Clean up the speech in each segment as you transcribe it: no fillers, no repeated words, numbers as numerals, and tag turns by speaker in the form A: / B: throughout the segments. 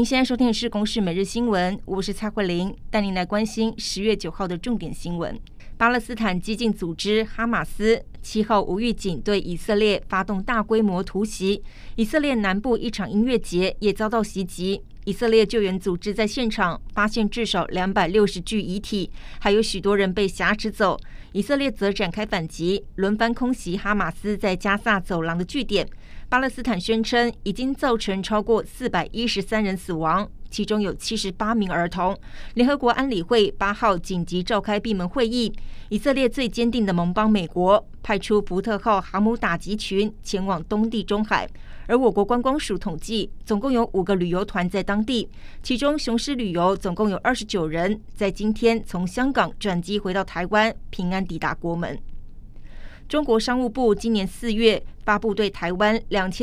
A: 您现在收听的是《公视每日新闻》，我是蔡慧玲，带您来关心10月9号的重点新闻。巴勒斯坦激进组织哈马斯7号无预警对以色列发动大规模突袭，以色列南部一场音乐节也遭到袭击。以色列救援组织在现场发现至少260具遗体，还有许多人被挟持走。以色列则展开反击，轮番空袭哈马斯在加萨走廊的据点。巴勒斯坦宣称已经造成超过413人死亡，其中有78名儿童。联合国安理会8号紧急召开闭门会议，以色列最坚定的盟邦美国派出福特号航母打击群前往东地中海。而我国观光署统计，总共有5个旅游团在当地，其中雄狮旅游总共有29人，在今天从香港转机回到台湾，平安抵达国门。中国商务部今年4月发布对台湾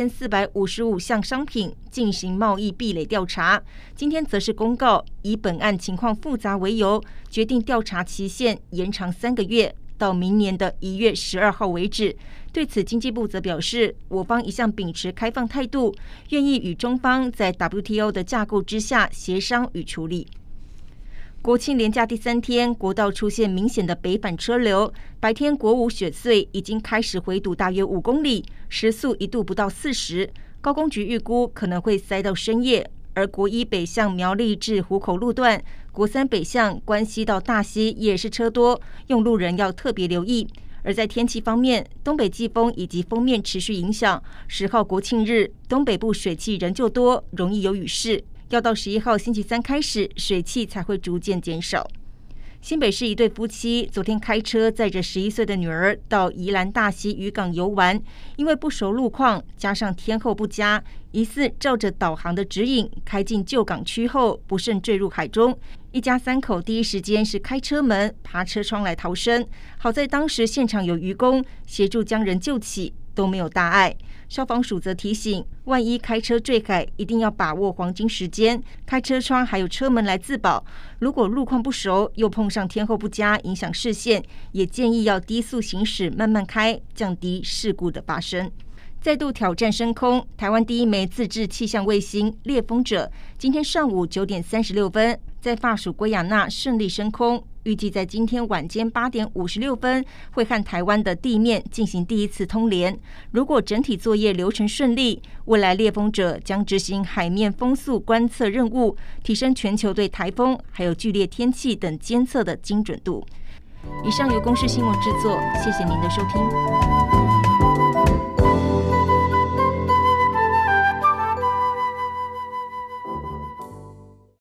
A: 2455项商品进行贸易壁垒调查，今天则是公告以本案情况复杂为由，决定调查期限延长3个月，到明年的1月12号为止。对此，经济部则表示，我方一向秉持开放态度，愿意与中方在 WTO 的架构之下协商与处理。国庆连假第3天，国道出现明显的北返车流，白天国五雪隧已经开始回堵大约5公里，时速一度不到40，高工局预估可能会塞到深夜。而国一北向苗栗至湖口路段，国3北向关西到大溪也是车多，用路人要特别留意。而在天气方面，东北季风以及锋面持续影响，10号国庆日东北部水汽仍旧多，容易有雨势，要到11号星期三开始，水汽才会逐渐减少。新北市一对夫妻昨天开车载着11岁的女儿到宜兰大溪渔港游玩，因为不熟路况，加上天候不佳，疑似照着导航的指引开进旧港区后不慎坠入海中。一家3口第一时间是开车门、爬车窗来逃生，好在当时现场有渔工协助将人救起，都没有大碍。消防署则提醒，万一开车坠海，一定要把握黄金时间，开车窗还有车门来自保。如果路况不熟，又碰上天候不佳，影响视线，也建议要低速行驶，慢慢开，降低事故的发生。再度挑战升空，台湾第1枚自制气象卫星猎风者，今天上午9点36分在法属圭亚那顺利升空，预计在今天晚间8点56分会和台湾的地面进行第1次通联。如果整体作业流程顺利，未来猎风者将执行海面风速观测任务，提升全球对台风还有剧烈天气等监测的精准度。以上由公视新闻制作，谢谢您的收听。